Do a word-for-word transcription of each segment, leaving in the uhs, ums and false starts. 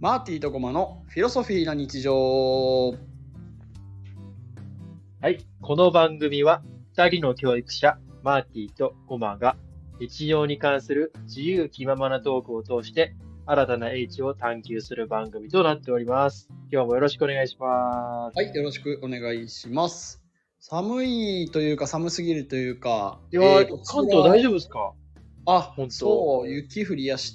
マーティとゴマのフィロソフィーな日常。 はい。この番組は、二人の教育者、マーティとゴマが、日常に関する自由気ままなトークを通して、新たな英知を探求する番組となっております。今日もよろしくお願いします。 はい、よろしくお願いします。寒いというか寒すぎるというか、 いやー、 えーこちら関東大丈夫ですか？ あ、 本当。 そう、雪降りやして、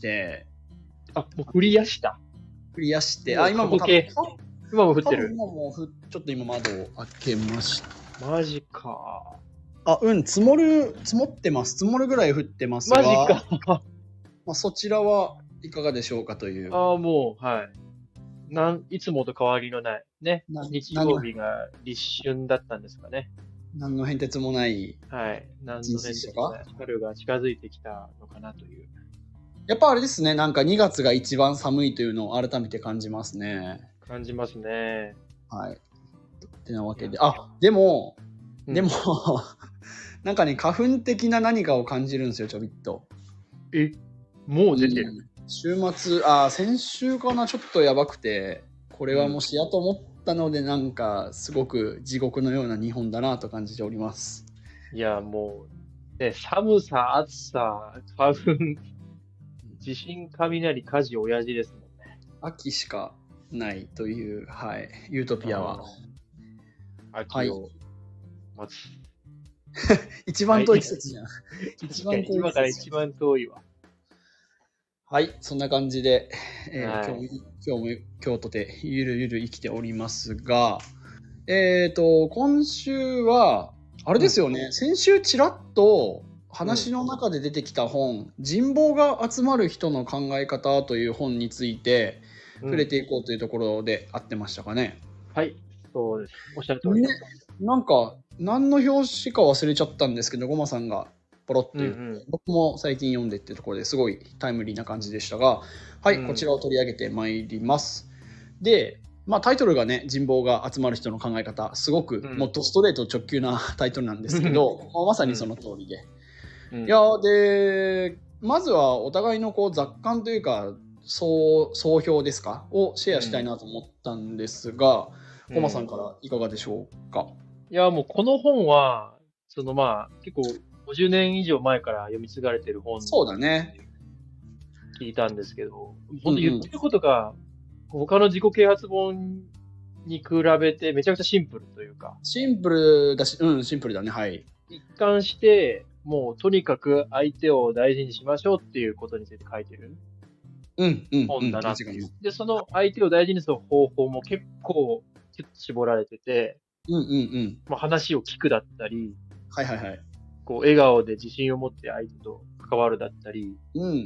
あ、もう降りやした。 降りやして、 もうあ、今も多過去形分、 今も降って多分る。 今もふちょっと今窓を開けました。 マジか。 あ、うん、積もる、積もってます。積もるぐらい降ってますマジが、 か。 まあ、そちらはいかがでしょうかという。 ああ、もう、はい。なん、いつもと変わりのない、ね。 な日曜日が立春だったんですかね。 何の変哲もないはい。何人の変生とか哲もない春が近づいてきたのかなという。 やっぱあれですね、なんかにがつが一番寒いというのを改めて感じますね。 感じますね。 はい。ってなわけで、あ、でも、 うんでも、なんかね、花粉的な何かを感じるんですよ、ちょびっと。 え、もう出てる。 うん週末、あ、先週かな、ちょっとやばくて、これはもしやと思ったので、なんか、すごく地獄のような日本だなと感じております。 いや、もう、ね、寒さ、暑さ、花粉、地震、雷、火事、親父ですもんね。 秋しかないという、はい、ユートピアは。 秋を待つ。 一番遠い季節じゃん。一番遠い季節今から一番遠いわ。 はい、そんな感じで、えーはい今日今日も今日とてゆるゆる生きておりますが、えっ、と、今週は、あれですよね、先週ちらっと話の中で出てきた本、人望が集まる人の考え方という本について触れていこうというところで合ってましたかね。 はい、そうです。おっしゃる通りねです。、 なんか、何の表紙か忘れちゃったんですけど、ゴマさんがポロッと言って、 うんうん僕も最近読んでっていうところですごいタイムリーな感じでしたが、はい、 うんこちらを取り上げてまいります。で、まあ、タイトルがね、人望が集まる人の考え方、すごくうんもっとストレート直球なタイトルなんですけど、まあまさにその通りで。 うんいや、で、まずはお互いのこう雑感というか、総総評ですかをシェアしたいなと思ったんですが、 うんコマさんからいかがでしょうか。 いや、もうこの本は、そのまあ、結構ごじゅうねん以上前から読み継がれてる本そうだね。 聞いたんですけど、本当言ってることが、他の自己啓発本に比べてめちゃくちゃシンプルというか、 シンプルだし、うん、シンプルだね、はい。 一貫して、もうとにかく相手を大事にしましょうっていうことについて書いてるうん、うん、 本だなってうんいう。で、その相手を大事にする方法も結構キュッと絞られてて、 うん、うん、うん。 まあ、話を聞くだったり、 はいはいはい。 こう笑顔で自信を持って相手と関わるだったり、 うん、うん。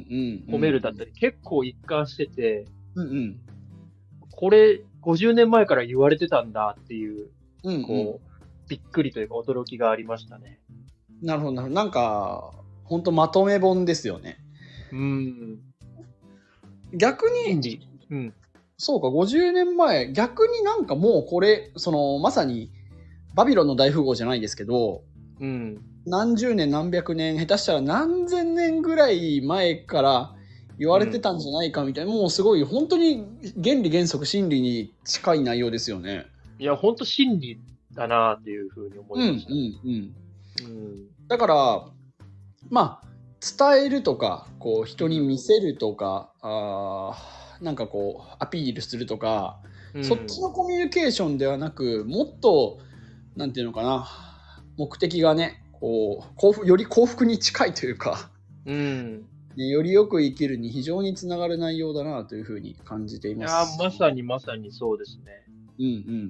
褒めるだったり、結構一貫してて、 うん、うん。 これごじゅうねんまえから言われてたんだっていう、 うん、うん。 こう、びっくりというか驚きがありましたね。 なるほど、なるほど。なんか、ほんとまとめ本ですよね。 うーん。 逆に、 心理。うん。 そうか、ごじゅうねんまえ、逆になんかもうこれ、その、まさに、バビロンの大富豪じゃないですけど、 うん。 何十年何百年下手したら何千年ぐらい前から言われてたんじゃないかみたいな、もうすごい本当に原理原則真理に近い内容ですよね。 いや、ほんと心理だなっていうふうに思うんうんいました。 うん。 うん。 だからまあ伝えるとかこう人に見せるとか、あーなんかこうアピールするとか、 うん、 そっちのコミュニケーションではなくもっとなんていうのかな、目的がねこう幸福より幸福に近いというか、 うん。 ね、よりよく生きるに非常につながる内容だなというふうに感じていいや、 ます。 まさにまさにそうですね。 うんうん。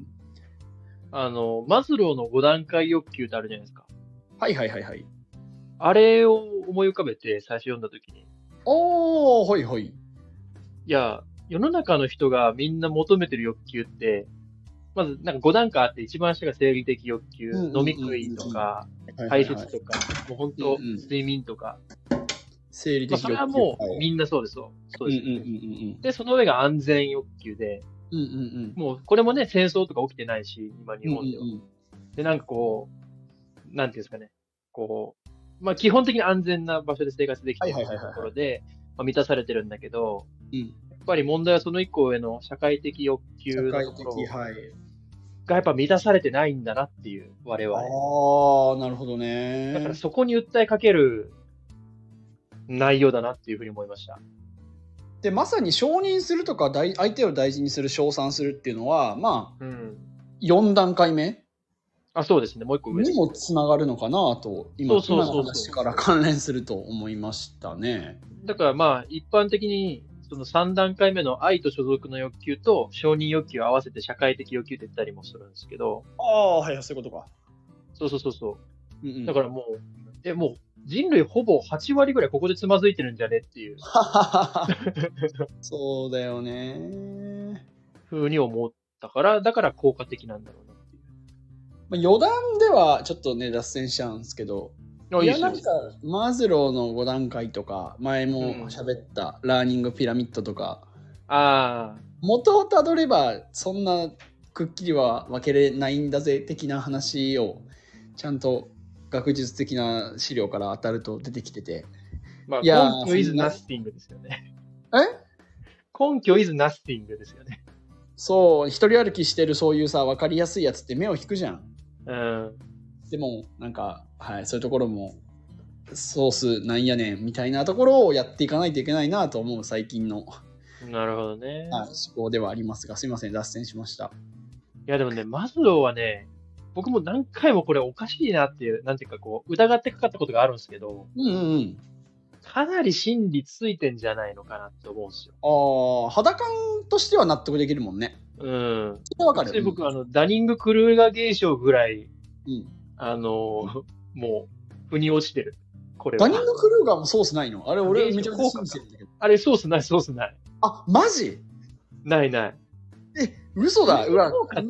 あの、マズローのご段階欲求ってあるじゃないですか。 はいはいはいはい。 あれを思い浮かべて最初読んだときに。 おー、はいはい。 いや、世の中の人がみんな求めてる欲求って、まずなんかご段階あって一番下が生理的欲求、 うんうんうんうん飲み食いとか、 はいはい排はい泄とか、もう本当、 うんうん睡眠とか。 生理まあそれ的欲求。 はもうはいみんなそうですよ。そうですよね。 うんうんうんうんで、その上が安全欲求で、 うんうんうんもうこれもね、戦争とか起きてないし、今日本では。 うんうんで、なんかこう、なんていうんですかね。こう、まあ基本的に安全な場所で生活できているはいはいはいはいところで、まあ、満たされてるんだけど、 うんぱり問題はその一個上の社会的欲求社会のところ的、はい。 がやっぱ満たされてないんだなっていう、我々。 ああ、なるほどね。 だからそこに訴えかける内容だなっていうふうに思いました。 で、まさに承認するとか大相手を大事にする、称賛するっていうのは、まあ、 うん。 よん段階目あ、そうですね。もう一個上です。 にもつながるのかなと、今、 そうそうそうそう今の話から関連すると思いましたね。 だからまあ、一般的に、そのさん段階目の愛と所属の欲求と承認欲求を合わせて社会的欲求って言ったりもするんですけど、 ああ、はい、そういうことか。 そうそうそうそう。 うんうん、 だからもう、え、もう人類ほぼはち割ぐらいここでつまずいてるんじゃねっていう。 そうだよね。 ふうに思ったから、だから効果的なんだろうなっていう。 まあ、余談ではちょっとね、脱線しちゃうんですけど、いや、なんか、マズローのご段階とか、前も喋ったラーニングピラミッドとか、 ああ。 元をたどれば、そんなくっきりは分けれないんだぜ的な話を、ちゃんと学術的な資料から当たると出てきてて。 まあ、根拠 is nothing ですよね。 え根拠 is nothing ですよね。 そう、一人歩きしてるそういうさ、分かりやすいやつって目を引くじゃん。 うん。 でも、なんか、はい、そういうところも、ソースなんやねんみたいなところをやっていかないといけないなと思う最近の、 なるほどね。 はい、思考ではありますが、すいません、脱線しました。 いや、でもね、マズローはね、僕も何回もこれおかしいなっていう、なんていうかこう、疑ってかかったことがあるんですけど、 うんうんうん。 かなり真理ついてんじゃないのかなって思うんですよ。 ああ、肌感としては納得できるもんね。 うん。 それわかる。 僕、あの、ダニング・クルーガー現象ぐらい、 うん、 あの、もう、腑に落ちてる。これは。 ダニング・クルーガーもソースないの？あれ、俺めちゃくちゃ信じてるんだけど。 あれ、ソースない、ソースない。 あ、マジ？ ないない。 え、嘘だ。うわ。 効果って、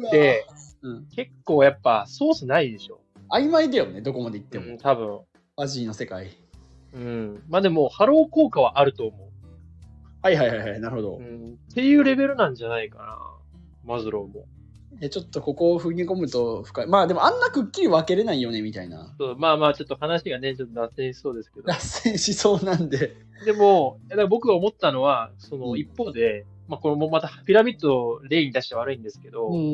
うん、結構やっぱソースないでしょ。 曖昧だよね、どこまで行っても。 うん、多分。 アジーの世界。 うん。まあでも、ハロー効果はあると思う。 はいはいはいはい、なるほど。 うん。っていうレベルなんじゃないかな。マズローも。 え、ちょっとここを踏み込むと深い。まあでもあんなくっきり分けれないよね、みたいな。 そう、まあまあちょっと話がね、ちょっと脱線しそうですけど。 脱線しそうなんで。 でも、だから僕が思ったのは、その一方で、うん、まあこれもまたピラミッドを例に出して悪いんですけど、 うん、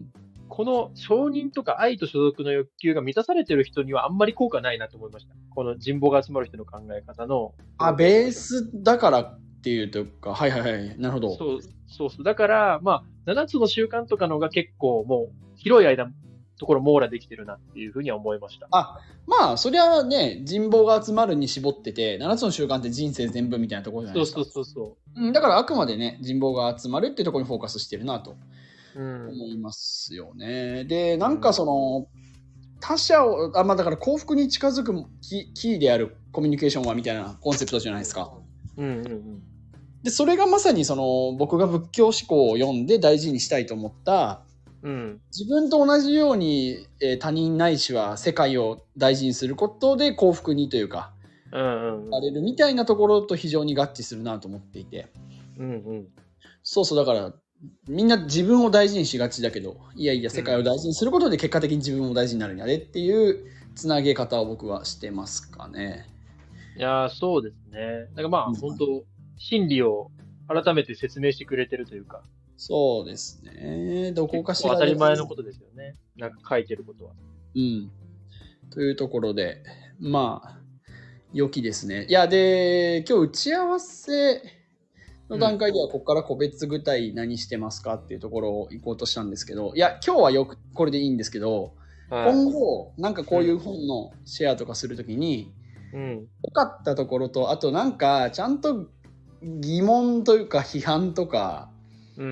この承認とか愛と所属の欲求が満たされてる人にはあんまり効果ないなと思いました。この人望が集まる人の考え方の。 あ、ベースだからっていうとか、はいはいはい、なるほど。 そう、そうそう。だから、まあ、ななつの習慣とかのが結構もう広い間、ところ網羅できてるなっていうふうには思いました。 あ、まあ、そりゃね、人望が集まるに絞ってて、ななつの習慣って人生全部みたいなところじゃないですか。 そうそうそうそう。 うん、だからあくまでね、人望が集まるっていうところにフォーカスしてるなと思いますよね。うん、で、なんかその、他者を、あ、まあだから幸福に近づくキーであるコミュニケーションはみたいなコンセプトじゃないですか。 うんうんうん。 で、それがまさにその僕が仏教思考を読んで大事にしたいと思った、 うん、 自分と同じように、えー、他人ないしは世界を大事にすることで幸福にというか、 うんうん、 されるみたいなところと非常に合致するなと思っていて、 うんうん、 そうそう、だからみんな自分を大事にしがちだけど、いやいや世界を大事にすることで結果的に自分も大事になるんやでっていうつなげ方を僕はしてますかね。 いやー、そうですね。だからまあ、うん、本当真理を改めて説明してくれてるというか。 そうですね。どこかしら当たり前のことですよね。なんか書いてることは。 うん。というところで、まあ、良きですね。いや、で、今日打ち合わせの段階では、ここから個別具体何してますかっていうところを行こうとしたんですけど、いや、今日はよくこれでいいんですけど、はい、今後、なんかこういう本のシェアとかするときに、 うん、 良かったところと、あとなんか、ちゃんと疑問というか批判とか、 うんうん、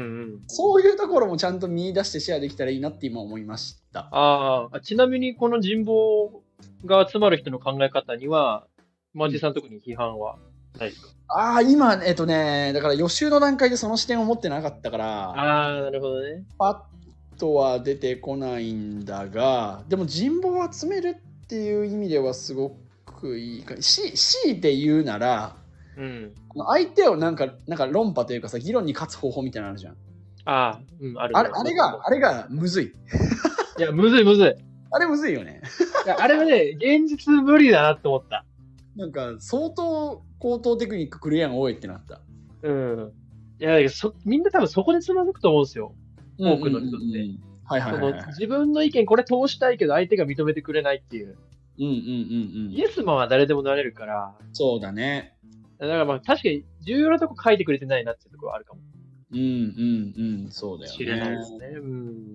そういうところもちゃんと見出してシェアできたらいいなって今思いました。 ああ、ちなみにこの人望が集まる人の考え方には、マーティさん特に批判はないですか？ うん、ああ、今、えっとね、だから予習の段階でその視点を持ってなかったから、 ああ、なるほどね。 パッとは出てこないんだが、でも人望を集めるっていう意味ではすごくいいか。し、強いて言うなら、 うん、 相手をなんか、なんか論破というかさ、議論に勝つ方法みたいなのあるじゃん。 ああ、うん、ある、 ね。あれ、あれが、あれがむずい。 いや、むずいむずい。 あれむずいよね。 いや、あれはね、現実無理だなって思った。 なんか、相当高等テクニックくるやん、多いってなった。 うん。 いや、そ、みんな多分そこでつまずくと思うんですよ。多くの人って。 うんうんうんうん、はいはいその、 はいはい。 自分の意見これ通したいけど相手が認めてくれないっていう。 うんうんうんうん。 イエスマンは誰でもなれるから、 そうだね。 だからまあ確かに重要なとこ書いてくれてないなっていうところはあるかもうんうんうん、そうだよしれないね。 ですね。うん。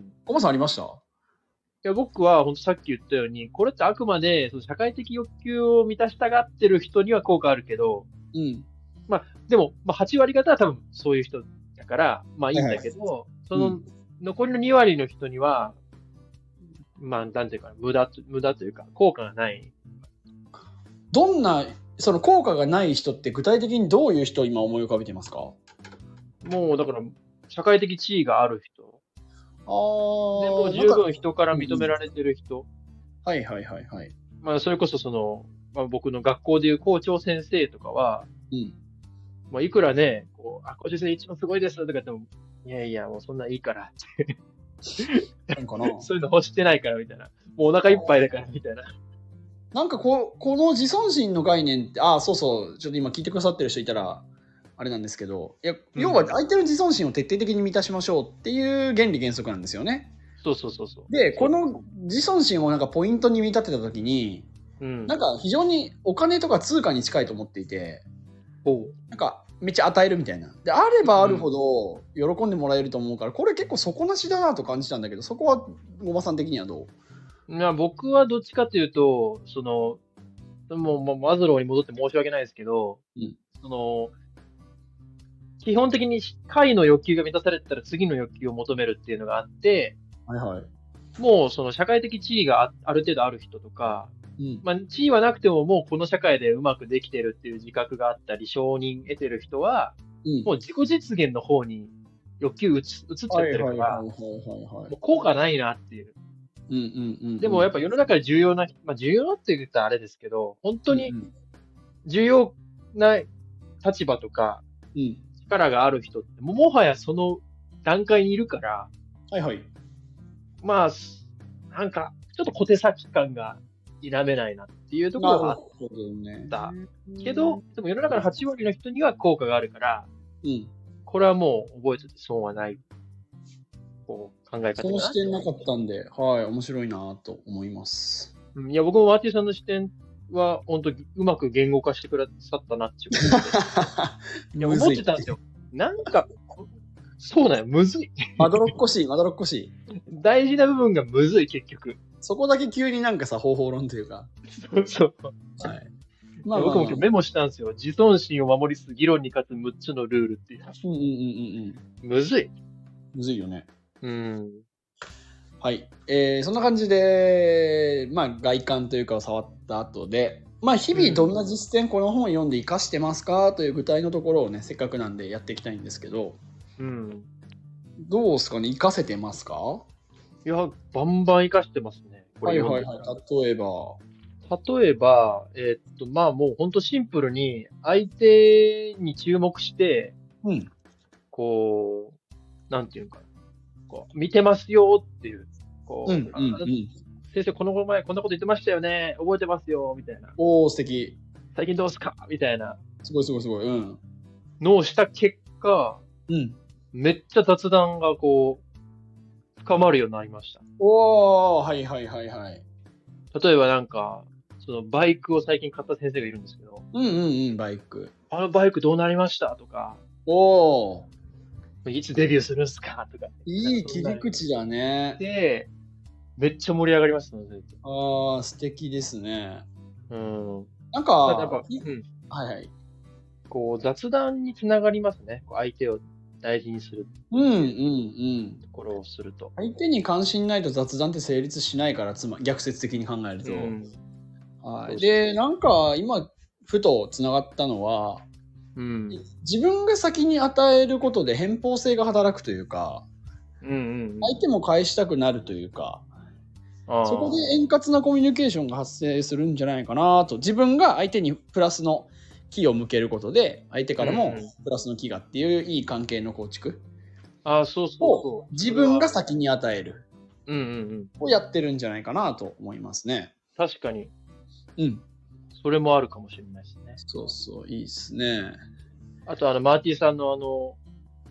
コマさんありました？ いや、僕は本当さっき言ったように、これってあくまでその社会的欲求を満たしたがってる人には効果あるけど、 うん。 まあ、でも、まあ、はち割方は多分そういう人だから、まあいいんだはいはい。 けど、そうんの残りのに割の人には、まあ、なんていうかな、無駄と、無駄というか、効果がない。 どんな、その効果がない人って具体的にどういう人を今思い浮かべてますか？ もう、だから、社会的地位がある人。 あで、もうー、なんか、 十分人から認められてる人。 はいはいはいはい。 まあ、それこそその、まあ、僕の学校でいう校長先生とかは、 うん。 まあ、いくらね、こう、あ、校長先生一番すごいですとか言っても、いやいや、もうそんないいから。 なんかな。 そういうの欲してないから、みたいな。もうお腹いっぱいだから、みたいな。 なんかこう、この自尊心の概念って、ああ、そうそう、ちょっと今聞いてくださってる人いたら、あれなんですけど、いや、要は相手の自尊心を徹底的に満たしましょうっていう原理原則なんですよね。 そうそうそうそう。 で、この自尊心をなんかポイントに見立てたときに、 うん。 なんか非常にお金とか通貨に近いと思っていて、 ほなんかめっちゃ与えるみたいな。で、あればあるほど喜んでもらえると思うから、これ結構底なしだなと感じたんだけど、そこはごまさん的にはどう？ う。まあ、僕はどっちかというと、その、もう、もうマズローに戻って申し訳ないですけど、 うん。 その、基本的に下位の欲求が満たされてたら次の欲求を求めるっていうのがあって、 はいはい。 もうその社会的地位があある程度ある人とか、 うん。 まあ地位はなくてももうこの社会でうまくできてるっていう自覚があったり、承認得てる人は、 うん。 もう自己実現の方に欲求移移っちゃってるから、 はいはいはいはいはい。 もう効果ないなっていう。 うんうんうんうん。 でもやっぱ世の中で重要な、まあ重要って言ったらあれですけど、本当にうん重要な立場とかうん。うん。 力がある人って、ももはやその段階にいるから、 はいはい。 まあ、なんか、ちょっと小手先感が否めないなっていうとこなるろはあっほどね。 たけど、でも世の中のはち割の人には効果があるから、 うん。 これはもう覚えてて損はない、こう、考え方そのだなって思う。 視点なかったんで、はい、面白いなと思います。 うん、いや、僕もワーティさんの視点は、本当うまく言語化してくださったなっていうことで。いや、思っむずい。 てたんですよ。なんか、そうだよ、むずい。 まどろっこしい、まどろっこしい。 大事な部分がむずい、結局。 そこだけ急になんかさ、方法論というか。 そうそう。 はい。 まあ、僕も今日メモしたんですよ。自尊心を守りつつ議論に勝つむっつのルールっていう。 うんうんうんうんうん。むずい。 むずいよね。 うん。 はい。えー、そんな感じで、まあ、外観というかを触った後で、まあ、日々どんな実践この本を読んで活かしてますかという具体のところをね、せっかくなんでやっていきたいんですけど、 うん。 どうですかね、活かせてますか？ いや、バンバン活かしてますね。こはいれ読んではいはい。例えば、 例えば、えーっと、まあもうほんとシンプルに相手に注目して、 うん。 こう、なんていうのかな。こう、見てますよっていう。こう、 うんうんあうん。 先生この前こんなこと言ってましたよね。覚えてますよ。みたいな。 おー、素敵。 最近どうすかみたいなすごいすごいすごい。うん。 のをした結果、 うん。 めっちゃ雑談がこう、深まるようになりました。 おー、はいはいはいはい。 例えばなんか、そのバイクを最近買った先生がいるんですけど、 うんうんうん、バイク。 あのバイクどうなりましたとか、 おー、 いつデビューするんすかとか。 いい切り口だね。 で、めっちゃ盛り上がりましたので。 あー、素敵ですね。 うん。 なんただやっぱ、 か、いうん。 はいはい。 こう、雑談につながりますね。こう相手を大事にするうんうんうん。 ところをすると。 相手に関心ないと雑談って成立しないから、つま逆説的に考えると。 うん。 はい。 そうそうで、なんか今、ふとつながったのは、 うん。 自分が先に与えることで偏方性が働くというか、 うんうんうん。 相手も返したくなるというか、 あーそこで円滑なコミュニケーションが発生するんじゃないかなと、自分が相手にプラスの気を向けることで、相手からもプラスの気がっていういい関係の構築あー、そうそうをそう。 自分が先に与えるうんうんうん。 をやってるんじゃないかなと思いますね。 確かに、 うん。 それもあるかもしれないですね。 そうそう、いいですね。 あと、あの、マーティさんのあの、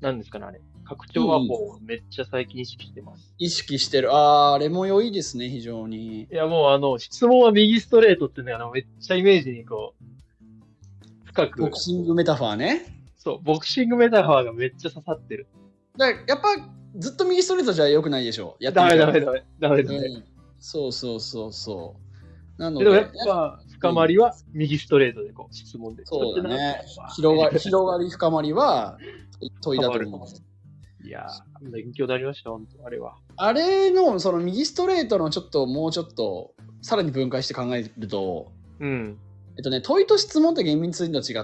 なんですかね、あれ。拡張アポをめっちゃ最近意識してます。 意識してる。あー、あれも良いですね、非常に。 いや、もうあの、質問は右ストレートっていうのが、あの、めっちゃイメージにこう、深く。 ボクシングメタファーね。 そう、ボクシングメタファーがめっちゃ刺さってる。 だからやっぱ、ずっと右ストレートじゃ良くないでしょ。やってダみてメダメダメ。ダメダメ。 うん、そうそうそうそう。なので、 でもやっぱ、深まりは右ストレートでこう、質問で。 そうだね。広がり、広がり深まりは問いだと思います。 いやー、勉強になりました、本当あれは。 あれの、その右ストレートのちょっと、もうちょっと、さらに分解して考えると、 うん。 えっとね、問いと質問って厳密にと違って、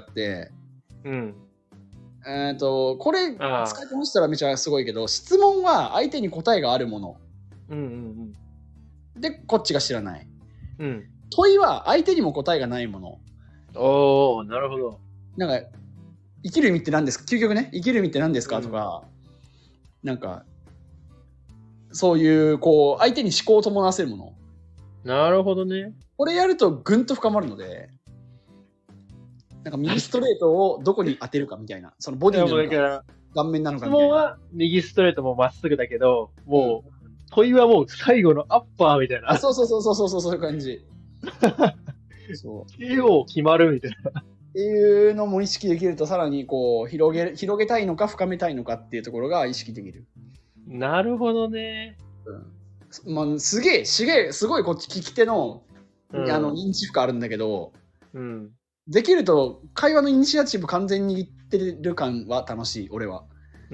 うん。 えっと、これ、使いこなしたらめちゃすごいけど、質問は相手に答えがあるもの。 うんうんうん。で、こっちが知らない。 うん。 問いは相手にも答えがないもの。 おー、なるほど。 なんか、生きる意味って何ですか？究極ね、生きる意味って何ですか、うん、とか、なんか、そういう、こう、相手に思考を伴わせるもの。 なるほどね。 これやるとぐんと深まるので、なんか右ストレートをどこに当てるかみたいな、そのボディなのか顔面なのかみたいな。 質問は右ストレートもまっすぐだけど、もう、うん、問いはもう最後のアッパーみたいな。 あ、そうそうそうそうそうそう、そういう感じ。 そう。ケーオー 決まるみたいな。 っていうのも意識できると、さらにこう広げ広げたいのか深めたいのかっていうところが意識できる。 なるほどね。 うん、まあ、すげえすげえすごいこっち聞き手の、うん、あの認知負荷あるんだけど、 うん、 できると会話のイニシアチブ完全に握ってる感は楽しい、俺は。 うん。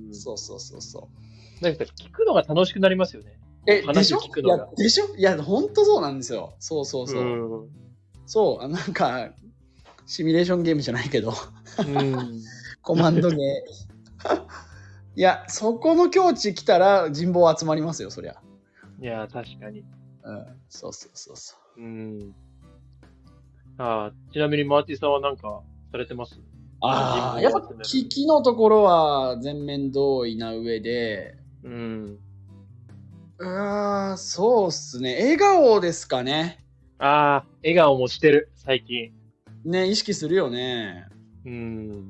そうそうそうそう。 なんか聞くのが楽しくなりますよね。 え、でしょ？いや、でしょ？いや、ほんとそうなんですよ。そうそうそう。うん、そう、なんか、シミュレーションゲームじゃないけど、うん、コマンドゲー。いや、そこの境地来たら人望集まりますよ、そりゃ。 いや、確かに。 うん、そうそうそうそう。 うん。ああ、ちなみにマーティさんは何かされてます？ ああ、やっぱ聞きのところは全面同意な上で、 うん。 ああ、そうっすね。笑顔ですかね。 ああ、笑顔もしてる、最近。 ね、意識するよね。 うん。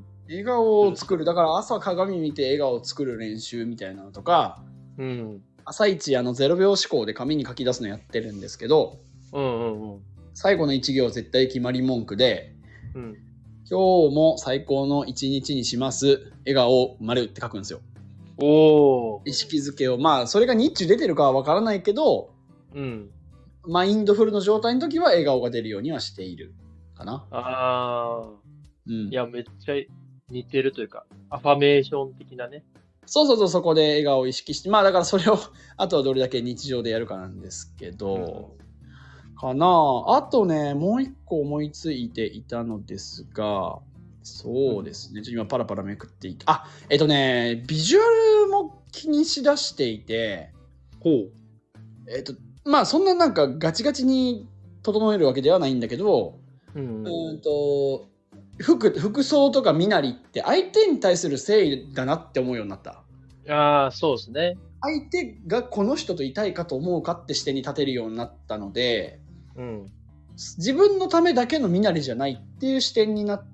笑顔を作る。だから朝鏡見て笑顔を作る練習みたいなのとか、 うん。 朝一あのゼロびょう思考で紙に書き出すのやってるんですけど、 うんうんうん。 最後の一行絶対決まり文句で、 うん、 今日も最高の一日にします。笑顔丸って書くんですよ。 おー。 意識づけを、まあそれが日中出てるかはわからないけど、 うん、 マインドフルの状態の時は笑顔が出るようにはしているかな。 ああ、 うん、 いやめっちゃ似てるというかアファメーション的なね。 そうそうそう、そこで笑顔を意識して、まあだからそれをあとはどれだけ日常でやるかなんですけど、うん、かなあ。あとね、もう一個思いついていたのですが、そうですね、ちょ今パラパラめくっていて、あ、えっとね、ビジュアルも気にしだしていて、 ほう。 えっと、まあそんななんかガチガチに整えるわけではないんだけど、 うん、 うんと服, 服装とか身なりって相手に対する誠意だなって思うようになった。 ああ、そうですね。 相手がこの人といたいかと思うかって視点に立てるようになったので、 うん、 自分のためだけの身なりじゃないっていう視点になって、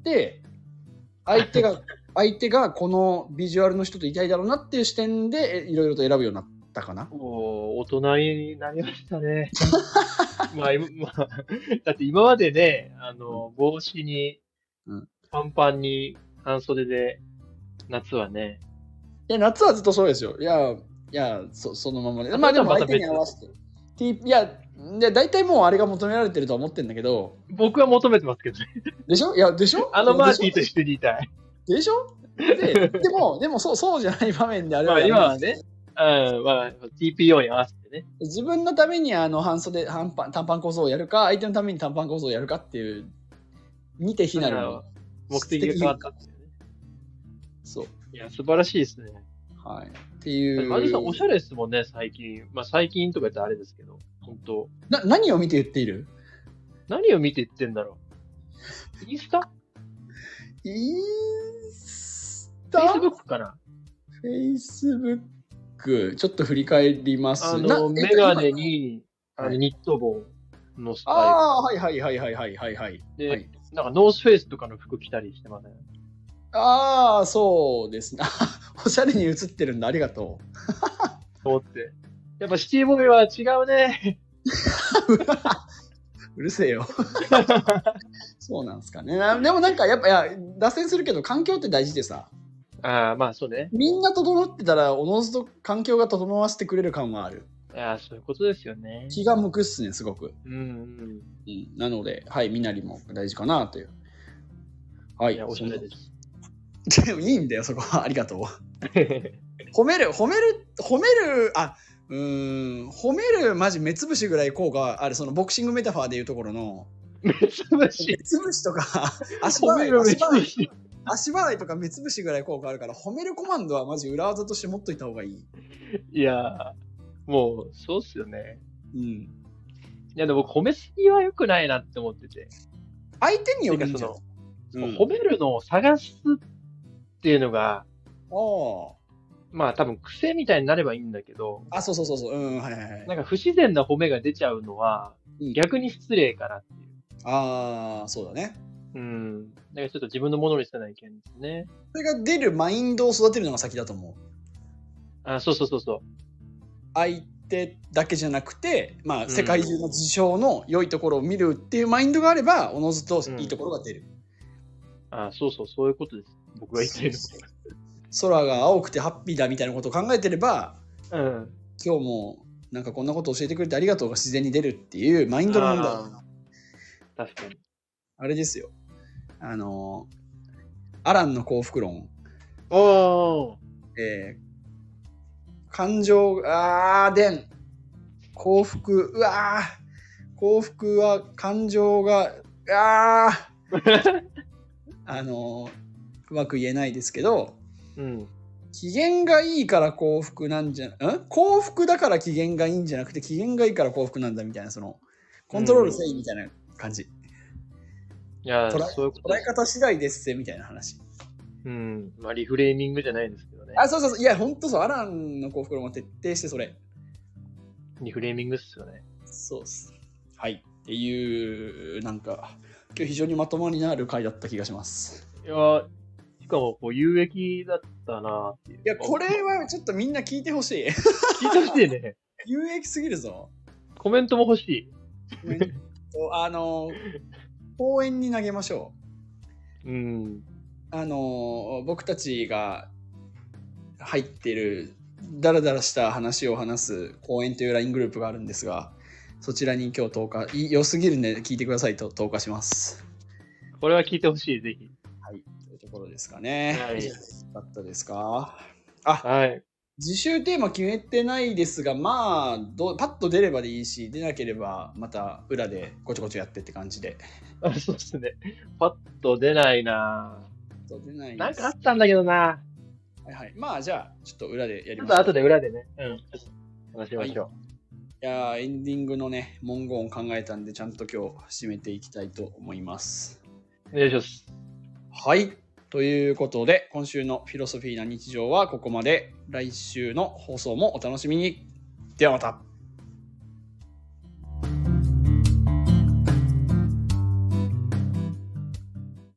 相手が相手がこのビジュアルの人といたいだろうなっていう視点でいろいろと選ぶようになったかな。 お大人になりましたね。まあ、まあ、だって今までね、あの、帽子に、パンパンに半袖で、夏はね。 いや、夏はずっとそうですよ。いや、いや、そ, そのままで。まあでも相手に合わせて。いや、いや、大体もうあれが求められてるとは思ってるんだけど。 僕は求めてますけどね。 でしょ？いや、でしょ？ あのマーティーと一緒にいたい。 でしょ？で, でも、でもそう、そうじゃない場面であれば。 まあ今はね、うん、まあ ティーピーオー に合わせてね。 自分のためにあの半袖、半パン、短パン小僧をやるか、相手のために短パン小僧をやるかっていう、似て非なるの。 目的が変わったんですよね。 そう。 いや、素晴らしいですね。 はい。っていう。 マジさん、おしゃれですもんね、最近。まあ最近とか言ったらあれですけど、本当。 な、何を見て言っている？ 何を見て言ってんだろう。インスタ？ インスタ？ フェイスブックかな？ フェイスブック、ちょっと振り返ります。 あの、メガネに、あのニット帽のスタイル。 ああ、はいはいはいはいはいはいはい。 で、 はい、 なんかノースフェイスとかの服着たりしてません？ ああ、そうですね。おしゃれに映ってるんだ。ありがとと思って。やっぱシティボーイは違うね。 う。うるせえよ。そうなんですかね。なでもなんかやっぱ、いや、脱線するけど、環境って大事でさ、 ああ、まあそうね。 みんな整ってたら、おのずと環境が整わせてくれる感はある。 いや、そういうことですよね。 気が向くっすね、すごく。 うんうん。 うん、なので、はい、みなりも大事かなという。はい。 いや、おしゃれです。 でもいいんだよ、そこは。ありがとう。褒める、褒める、褒める、あ、うーん、褒める、マジ目つぶしぐらい効果ある、そのボクシングメタファーでいうところの、 目つぶし。 目つぶしとか、足褒払い、 める目つ足払い、 ぶし。 足払いとか目つぶしぐらい効果あるから、褒めるコマンドはマジ裏技として持っといた方がいい。 いや、もう、そうっすよね。 うん。 いや、でも褒めすぎは良くないなって思ってて。 相手によるんじゃん。 てかうん、 褒めるのを探すっていうのが、 あまあ多分癖みたいになればいいんだけど、 あ。あ、そうそうそうそう。うん、はいはいはい。 なんか不自然な褒めが出ちゃうのは、 うん、 逆に失礼かなっていう。 ああ、そうだね。 うん。だからちょっと自分のものにせないけんですね。 それが出るマインドを育てるのが先だと思う。 あ、そうそうそうそ相手だけじゃなくて、まあ、 うん世界中の事象の良いところを見るっていうマインドがあれば、おのずといいところが出る。 う。あ、そうそう、そういうことです。僕が言ってる空が青くてハッピーだみたいなことを考えてれば、 の。うん。 今日もなんかこんなこと教えてくれてありがとうが自然に出るっていうマインドの問題。 あー確かに。 あれですよ。あの、アランの幸福論。 おー。 えー感情、あーでん。幸福、うわー。幸福は感情が、あー。あの、うまく言えないですけど、 うん。 機嫌がいいから幸福なんじゃ、ん幸福だから機嫌がいいんじゃなくて、機嫌がいいから幸福なんだみたいな、その、コントロールせいみたいな感じ。 いや、 捉えそういうことです。 捉え方次第ですぜみたいな話。 うん。まあ、リフレーミングじゃないですけどね。 あ、そうそうそう。いや、ほんとそう。アランの幸福論も徹底してそれ。 リフレーミングっすよね。 そうっす。はい。っていう、なんか、今日非常にまとまりのある回だった気がします。 いや、しかも、こう、有益だったなっていう。いいや、これはちょっとみんな聞いてほしい。 聞いてほしいね。 有益すぎるぞ。 コメントも欲しい。 あの、公園に投げましょう。うん。 あの、僕たちが入ってるダラダラした話を話す公園という ライン グループがあるんですが、そちらに今日投下、良すぎるんで聞いてくださいと投下します。 これは聞いてほしい、ぜひ。 はい、というところですかね。 はい。 よかったですか。あ、 はい。 自習テーマ決めてないですが、まあどパッと出ればでいいし、出なければまた裏でごちょごちょやってって感じで。 あ、そうですね。パッと出ないな出ないです。 なんかあったんだけどなはいはい。まあじゃあちょっと裏でやりちょましょう。 っと後で裏でね。うん。話しましょう。 はい、いやエンディングのね文言を考えたんでちゃんと今日締めていきたいと思います。 お願いします。 はい。ということで今週のフィロソフィーな日常はここまで。来週の放送もお楽しみに。ではまた。